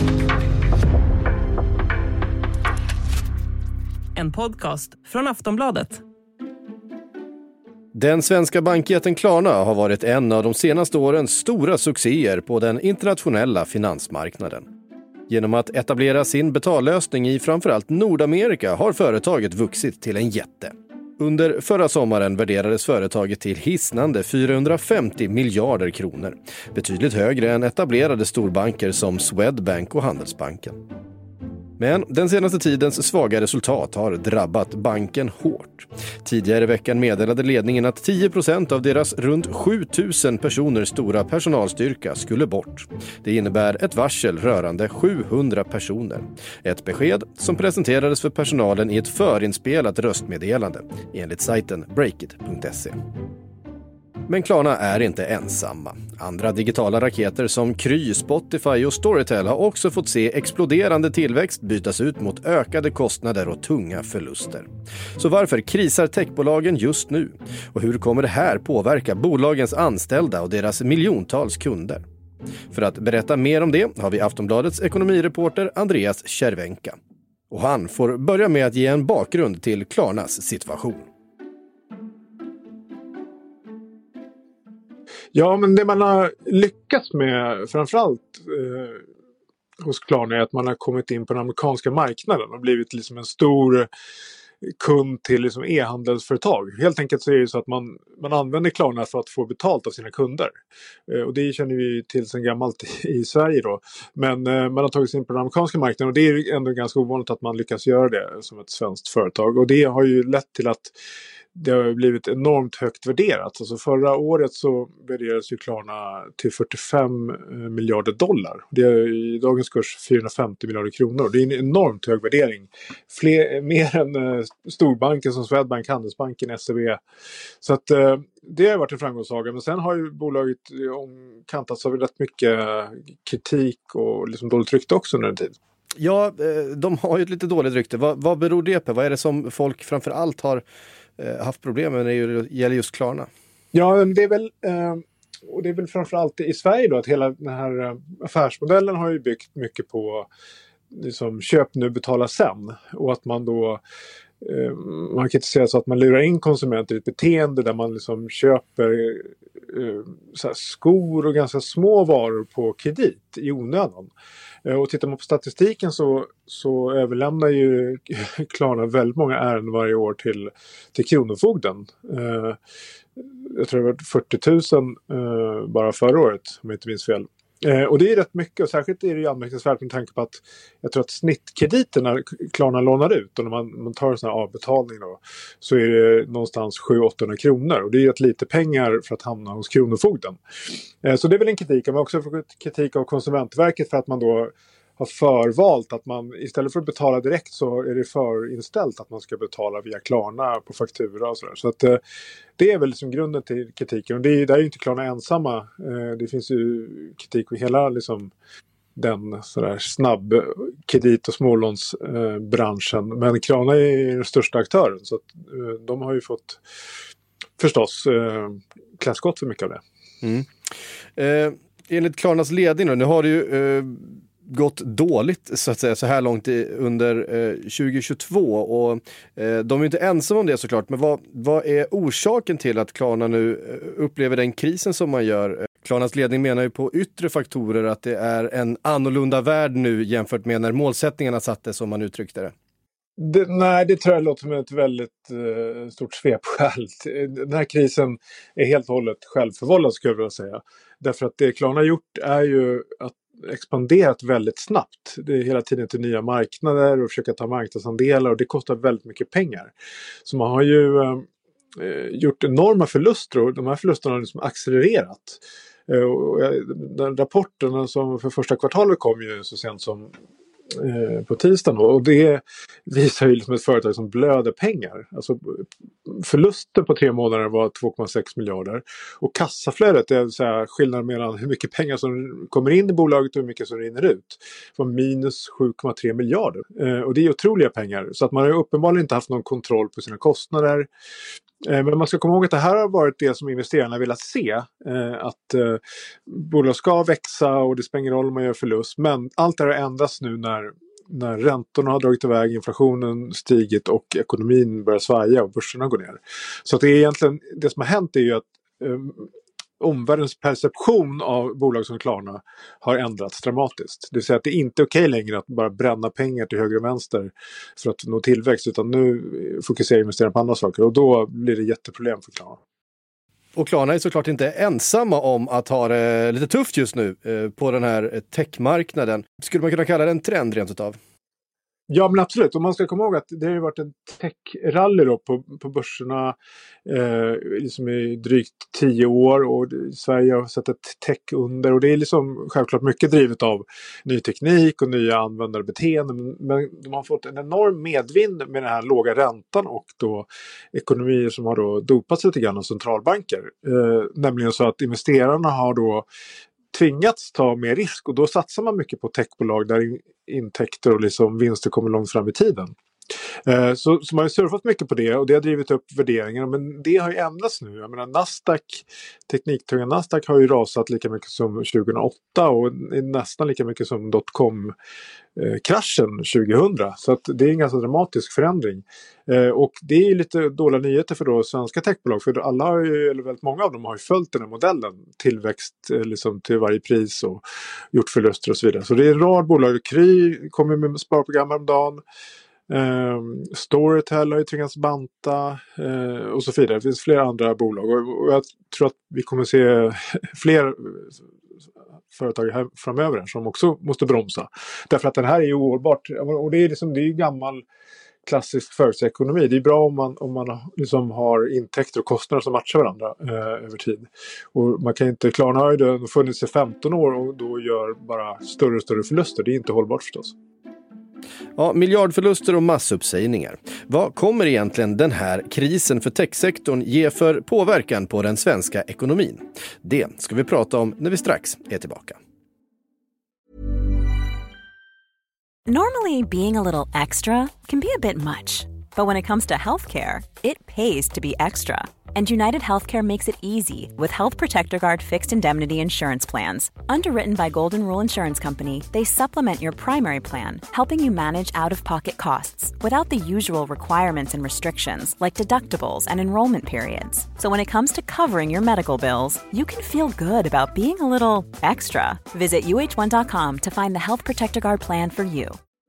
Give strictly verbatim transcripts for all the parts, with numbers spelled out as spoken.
En podcast från Aftonbladet. Den svenska bankjätten Klarna har varit en av de senaste årens stora succéer på den internationella finansmarknaden. Genom att etablera sin betallösning i framförallt Nordamerika har företaget vuxit till en jätte. Under förra sommaren värderades företaget till hisnande fyrahundrafemtio miljarder kronor. Betydligt högre än etablerade storbanker som Swedbank och Handelsbanken. Men den senaste tidens svaga resultat har drabbat banken hårt. Tidigare i veckan meddelade ledningen att tio procent av deras runt sjutusen personer stora personalstyrka skulle bort. Det innebär ett varsel rörande sjuhundra personer. Ett besked som presenterades för personalen i ett förinspelat röstmeddelande enligt sajten breakit punkt se. Men Klarna är inte ensamma. Andra digitala raketer som Kry, Spotify och Storytel har också fått se exploderande tillväxt bytas ut mot ökade kostnader och tunga förluster. Så varför krisar techbolagen just nu? Och hur kommer det här påverka bolagens anställda och deras miljontals kunder? För att berätta mer om det har vi Aftonbladets ekonomireporter Andreas Cervenka. Och han får börja med att ge en bakgrund till Klarnas situation. Ja, men det man har lyckats med framförallt eh, hos Klarna är att man har kommit in på den amerikanska marknaden och blivit liksom en stor kund till liksom e-handelsföretag. Helt enkelt så är det så att man, man använder Klarna för att få betalt av sina kunder. Eh, och det känner vi till sedan gammalt i, i Sverige då. Men eh, man har tagit sig in på den amerikanska marknaden och det är ändå ganska ovanligt att man lyckas göra det som ett svenskt företag. Och det har ju lett till att det har blivit enormt högt värderat. Alltså förra året så värderades ju Klarna till fyrtiofem miljarder dollar. Det är i dagens kurs fyrahundrafemtio miljarder kronor. Det är en enormt hög värdering. Fler, mer än uh, storbanker som Swedbank, Handelsbanken, S E B. Så att uh, det har varit en framgångssaga. Men sen har ju bolaget kantats av rätt mycket kritik och liksom dåligt rykte också under en tid. Ja, de har ju ett lite dåligt rykte. Vad, vad beror det på? Vad är det som folk framför allt har haft problem med när det gäller just Klarna? Ja, det är väl, eh, och det är väl framförallt i Sverige då att hela den här affärsmodellen har ju byggt mycket på liksom, köp nu, betala sen. Och att man då, eh, man kan inte säga så att man lurar in konsumenter i ett beteende där man liksom köper eh, så här, skor och ganska små varor på kredit i onödan. Och tittar man på statistiken så, så överlämnar ju Klarna väldigt många ärenden varje år till, till Kronofogden. Eh, jag tror det var fyrtio tusen eh, bara förra året, om jag inte minns fel. Eh, och det är rätt mycket, och särskilt är det ju anmärkningsvärt med tanke på att jag tror att snittkrediterna Klarna lånar ut, och när man, man tar en sån här avbetalning då, så är det någonstans sju till åttahundra kronor. Och det är rätt lite pengar för att hamna hos Kronofogden. Eh, så det är väl en kritik. Man har också fått kritik av Konsumentverket för att man då har förvalt att man istället för att betala direkt så är det förinställt att man ska betala via Klarna på faktura och sådär. Så att eh, det är väl liksom grunden till kritiken. Och det är, där är ju inte Klarna ensamma. Eh, det finns ju kritik på hela liksom den sådär snabb kredit- och smålånsbranschen. Eh, Men Klarna är den största aktören, så att eh, de har ju fått förstås eh, kläskott för mycket av det. Mm. Eh, enligt Klarnas ledning då, nu har det ju eh, gått dåligt så att säga så här långt i, under eh, tjugo tjugotvå, och eh, de är inte ensamma om det såklart, men vad, vad är orsaken till att Klarna nu upplever den krisen som man gör? Klarnas ledning menar ju på yttre faktorer att det är en annorlunda värld nu jämfört med när målsättningarna sattes, som man uttryckte det. Det, nej, det tror jag låter som ett väldigt uh, stort svepskäl. Den här krisen är helt och hållet självförvållad, skulle jag vilja säga. Därför att det Klarna har gjort är ju att expanderat väldigt snabbt. Det är hela tiden till nya marknader och försöka ta marknadsandelar, och det kostar väldigt mycket pengar. Så man har ju uh, gjort enorma förluster, och de här förlusterna har liksom accelererat. Uh, och den rapporten som för första kvartalet kom ju så sent som på tisdagen då, och det visar ju liksom ett företag som blöder pengar. Alltså förlusten på tre månader var två komma sex miljarder, och kassaflödet, det är så här skillnaden mellan hur mycket pengar som kommer in i bolaget och hur mycket som rinner ut, var minus sju komma tre miljarder. Eh, och det är otroliga pengar, så att man har uppenbarligen inte haft någon kontroll på sina kostnader. Men man ska komma ihåg att det här har varit det som investerarna velat se. Att bolag ska växa och det spelar ingen roll om man gör förlust. Men allt det här har ändrats nu när, när räntorna har dragit iväg, inflationen stigit och ekonomin börjar svaja och börserna går ner. Så att det är egentligen, det som har hänt är ju att omvärldens perception av bolag som Klarna har ändrats dramatiskt. Det vill säga att det inte är okej längre att bara bränna pengar till höger och vänster för att nå tillväxt, utan nu fokuserar investerarna på andra saker och då blir det jätteproblem för Klarna. Och Klarna är såklart inte ensamma om att ha det lite tufft just nu på den här techmarknaden. Skulle man kunna kalla det en trend rent utav? Ja, men absolut. Och man ska komma ihåg att det har ju varit en tech-rally då på, på börserna eh, liksom i drygt tio år och Sverige har sett ett tech under och det är liksom självklart mycket drivet av ny teknik och nya användarbeteenden, men de har fått en enorm medvind med den här låga räntan och då ekonomier som har då dopats lite grann av centralbanker. Eh, nämligen så att investerarna har då tvingats ta mer risk och då satsar man mycket på techbolag där intäkter och liksom vinster kommer långt fram i tiden. Eh, så, så man har surfat mycket på det och det har drivit upp värderingar, men det har ju ändrats nu. Jag menar Nasdaq, tekniktunga Nasdaq har ju rasat lika mycket som tjugohundraåtta och nästan lika mycket som dotcom kraschen tjugohundra. Så att det är en ganska dramatisk förändring. Eh, och det är ju lite dåliga nyheter för då svenska techbolag. För alla har ju, eller väldigt många av dem har ju följt den här modellen. Tillväxt eh, liksom till varje pris och gjort förluster och så vidare. Så det är en rad bolag. Kry kommer med sparprogram om dagen. Eh, Storytel har ju tvingats banta eh, och så vidare. Det finns flera andra bolag. Och, och jag tror att vi kommer se fler företag här framöver här som också måste bromsa. Därför att den här är ju ohållbart. Och det är liksom, det är ju gammal klassisk företagsekonomi. Det är bra om man, om man liksom har intäkter och kostnader som matchar varandra eh, över tid. Och man kan inte, Klarna har ju då funnits i femton år och då gör bara större och större förluster. Det är inte hållbart förstås. Ja, miljardförluster och massuppsägningar. Vad kommer egentligen den här krisen för techsektorn ge för påverkan på den svenska ekonomin? Det ska vi prata om när vi strax är tillbaka. Normally, being a little extra can be a bit much. But when it comes to healthcare, it pays to be extra. And United Healthcare makes it easy with Health Protector Guard fixed indemnity insurance plans. Underwritten by Golden Rule Insurance Company, they supplement your primary plan, helping you manage out-of-pocket costs without the usual requirements and restrictions like deductibles and enrollment periods. So when it comes to covering your medical bills, you can feel good about being a little extra. Visit U H one dot com to find the Health Protector Guard plan for you.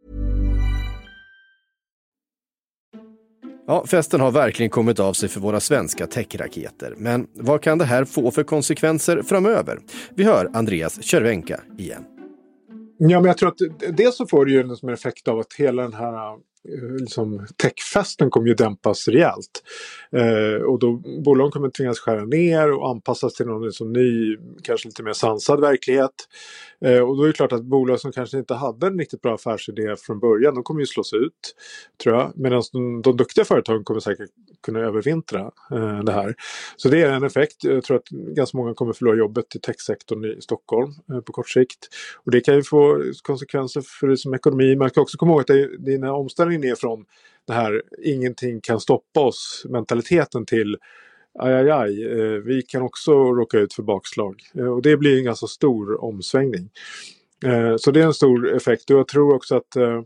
Ja, festen har verkligen kommit av sig för våra svenska techraketer. Men vad kan det här få för konsekvenser framöver? Vi hör Andreas Cervenka igen. Ja, men jag tror att dels så får det ju en som effekt av att hela den här liksom, techfesten kommer ju dämpas rejält. Eh, och då bolagen kommer tvingas skära ner och anpassas till någon liksom, ny, kanske lite mer sansad verklighet. Eh, och då är det klart att bolag som kanske inte hade en riktigt bra affärsidé från början, de kommer ju slås ut, tror jag. Medan de, de duktiga företagen kommer säkert kunna övervintra eh, det här. Så det är en effekt. Jag tror att ganska många kommer förlora jobbet i techsektorn i Stockholm eh, på kort sikt. Och det kan ju få konsekvenser för det som ekonomi. Man ska också komma ihåg att det, det är en omställning ner från det här ingenting kan stoppa oss mentaliteten till aj aj aj, eh, vi kan också råka ut för bakslag. Eh, och det blir en ganska stor omsvängning. Eh, så det är en stor effekt. Och jag tror också att eh,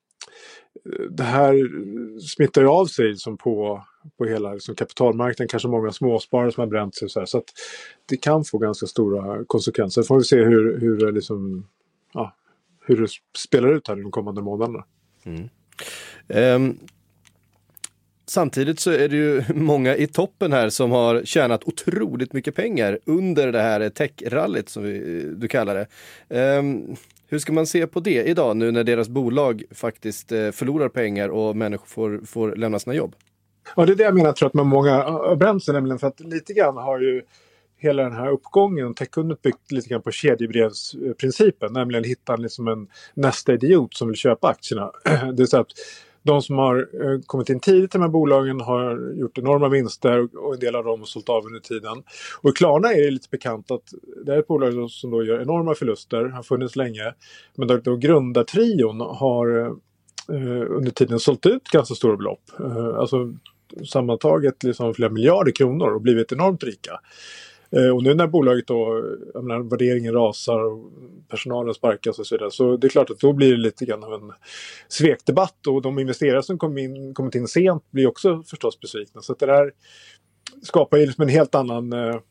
det här smittar ju av sig som på, på hela liksom, kapitalmarknaden. Kanske många småsparare som har bränt sig. Så, här, så att det kan få ganska stora konsekvenser. Får vi se hur, hur, liksom, ja, hur det spelar ut här i de kommande månaderna. Mm. Um, samtidigt så är det ju många i toppen här som har tjänat otroligt mycket pengar under det här tech-rallyt som vi, du kallar det. Um, hur ska man se på det idag nu när deras bolag faktiskt uh, förlorar pengar och människor får, får lämna sina jobb? Ja, det är det jag menar, tror att man många har bränt sig, nämligen för att lite grann har ju hela den här uppgången techkundet byggt lite grann på kedjebrevsprincipen, nämligen hitta liksom en nästa idiot som vill köpa aktierna. Det är så att de som har kommit in tidigt i de här bolagen har gjort enorma vinster och en del av dem har sålt av under tiden. Och i Klarna är det lite bekant att det är ett bolag som då gör enorma förluster, har funnits länge, men då, då grundartrion har eh, under tiden sålt ut ganska stora belopp. Eh, alltså sammantaget liksom flera miljarder kronor och blivit enormt rika. Och nu när bolaget då, jag menar, värderingen rasar och personalen sparkas och så vidare, så det är klart att då blir det lite grann av en svekdebatt, och de investerare som kom in, kommit in sent blir också förstås besvikna. Så att det där skapar ju liksom en helt annan,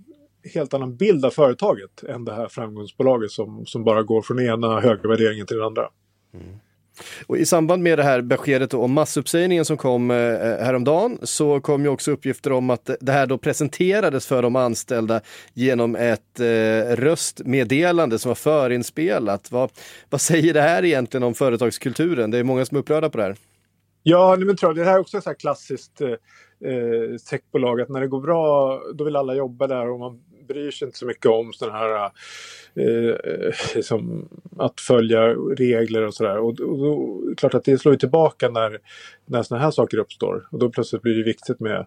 helt annan bild av företaget än det här framgångsbolaget som, som bara går från ena höga värderingen till den andra. Mm. Och i samband med det här beskedet om massuppsägningen som kom eh, häromdagen, så kom ju också uppgifter om att det här då presenterades för de anställda genom ett eh, röstmeddelande som var förinspelat. Vad, vad säger det här egentligen om företagskulturen? Det är många som är upprörda på det här. Ja, men tror jag, det här är också så här klassiskt eh, techbolag, att när det går bra då vill alla jobba där, och man bryr sig inte så mycket om sådana här eh, liksom, att följa regler och sådär. Och, och då är det klart att det slår tillbaka när, när sådana här saker uppstår. Och då plötsligt blir det viktigt med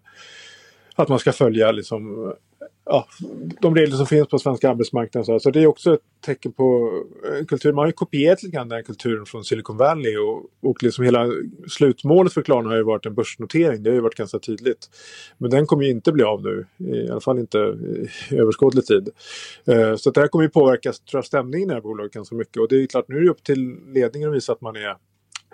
att man ska följa liksom, ja, de regler som finns på svenska arbetsmarknaden. Så, så det är också ett tecken på kultur. Man har ju kopierat lite grann den kulturen från Silicon Valley, och, och liksom hela slutmålet för Klarna har ju varit en börsnotering. Det har ju varit ganska tydligt. Men den kommer ju inte bli av nu, i alla fall inte i överskådlig tid. Så det här kommer ju påverka, tror jag, stämningen i det här bolaget ganska mycket. Och det är klart, nu är det upp till ledningen att visa att man är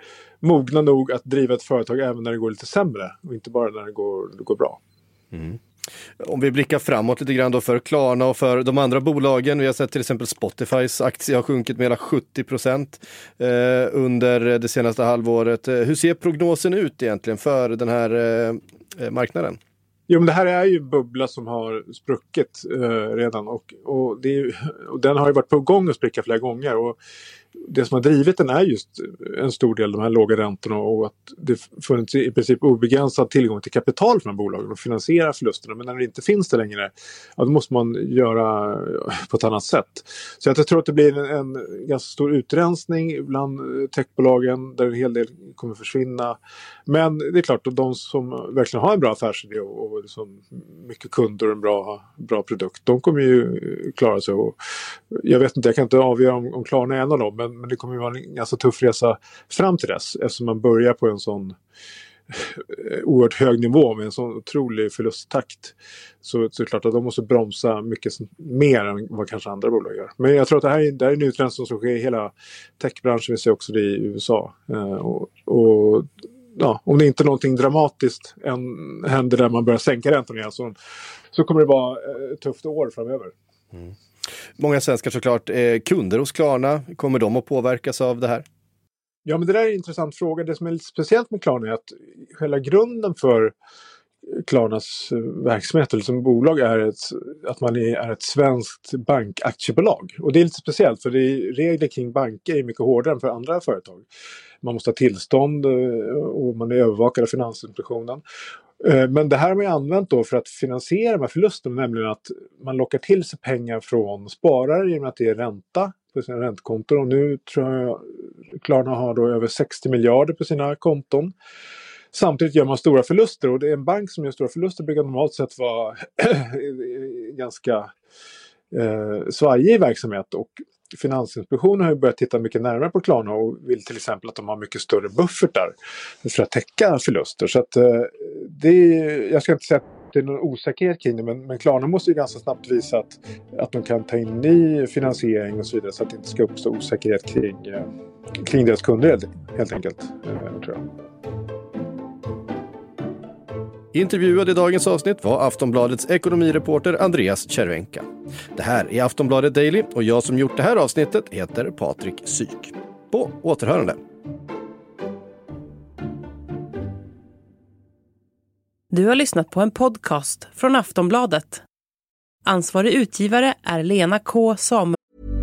mogna nog att driva ett företag även när det går lite sämre, och inte bara när det går, det går bra. Mm. Om vi blickar framåt lite grann då för Klarna och för de andra bolagen. Vi har sett till exempel Spotifys aktie har sjunkit med hela sjuttio procent eh, under det senaste halvåret. Hur ser prognosen ut egentligen för den här eh, marknaden? Jo, men det här är ju en bubbla som har spruckit eh, redan, och, och, det är ju, och den har ju varit på gång att spricka flera gånger, och det som har drivit den är just en stor del de här låga räntorna, och att det funnits i princip obegränsad tillgång till kapital från bolagen och finansiera förlusterna. Men när det inte finns det längre, ja, då måste man göra på ett annat sätt. Så jag tror att det blir en, en ganska stor utrensning bland techbolagen där en hel del kommer försvinna. Men det är klart att de som verkligen har en bra affärsidé och, och liksom mycket kunder och en bra, bra produkt, de kommer ju klara sig. Och jag vet inte, jag kan inte avgöra om, om Klarna är en av dem. Men, men det kommer ju vara en ganska tuff resa fram till dess, eftersom man börjar på en sån oerhört hög nivå med en sån otrolig förlusttakt. Så, så är det klart att de måste bromsa mycket mer än vad kanske andra bolag gör. Men jag tror att det här är, det här är en utrensning som sker i hela techbranschen. Vi ser också det i U S A. Eh, och, och ja, om det inte är någonting dramatiskt än, händer där man börjar sänka räntorna igen, så, så kommer det vara ett tufft år framöver. Mm. Många svenskar såklart är kunder hos Klarna. Kommer de att påverkas av det här? Ja, men det där är en intressant fråga. Det som är lite speciellt med Klarna är att själva grunden för Klarnas verksamhet eller som bolag är ett, att man är ett svenskt bankaktiebolag. Och det är lite speciellt, för det är regler kring banker är mycket hårdare än för andra företag. Man måste ha tillstånd och man är övervakad av Finansinspektionen. Men det här har man använt då för att finansiera de här förlusterna, nämligen att man lockar till sig pengar från sparare genom att det är ränta på sina räntekonton. Och nu tror jag Klarna har då över sextio miljarder på sina konton. Samtidigt gör man stora förluster, och det är en bank som gör stora förluster brukar normalt sett vara ganska eh, svajig verksamhet, och Finansinspektionen har ju börjat titta mycket närmare på Klarna och vill till exempel att de har mycket större buffertar för att täcka förluster. Så att eh, det är, jag ska inte säga att det är någon osäkerhet kring det, men, men Klarna måste ju ganska snabbt visa att, att de kan ta in ny finansiering och så vidare, så att det inte ska uppstå osäkerhet kring, eh, kring deras kunder helt enkelt, eh, tror jag. Intervjuad i dagens avsnitt var Aftonbladets ekonomireporter Andreas Cervenka. Det här är Aftonbladet Daily, och jag som gjort det här avsnittet heter Patrik Syk. På återhörande. Du har lyssnat på en podcast från Aftonbladet. Ansvarig utgivare är Lena K. Samuelsson.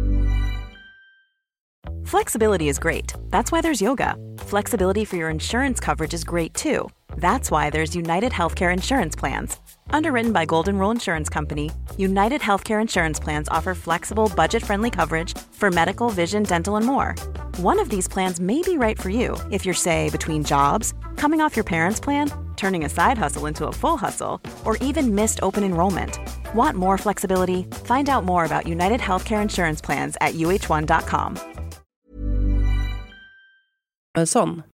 Flexibility is great. That's why there's yoga. Flexibility for your insurance coverage is great too. That's why there's United Healthcare Insurance Plans. Underwritten by Golden Rule Insurance Company, United Healthcare Insurance Plans offer flexible, budget-friendly coverage for medical, vision, dental, and more. One of these plans may be right for you if you're, say, between jobs, coming off your parents' plan, turning a side hustle into a full hustle, or even missed open enrollment. Want more flexibility? Find out more about United Healthcare Insurance Plans at U H one dot com.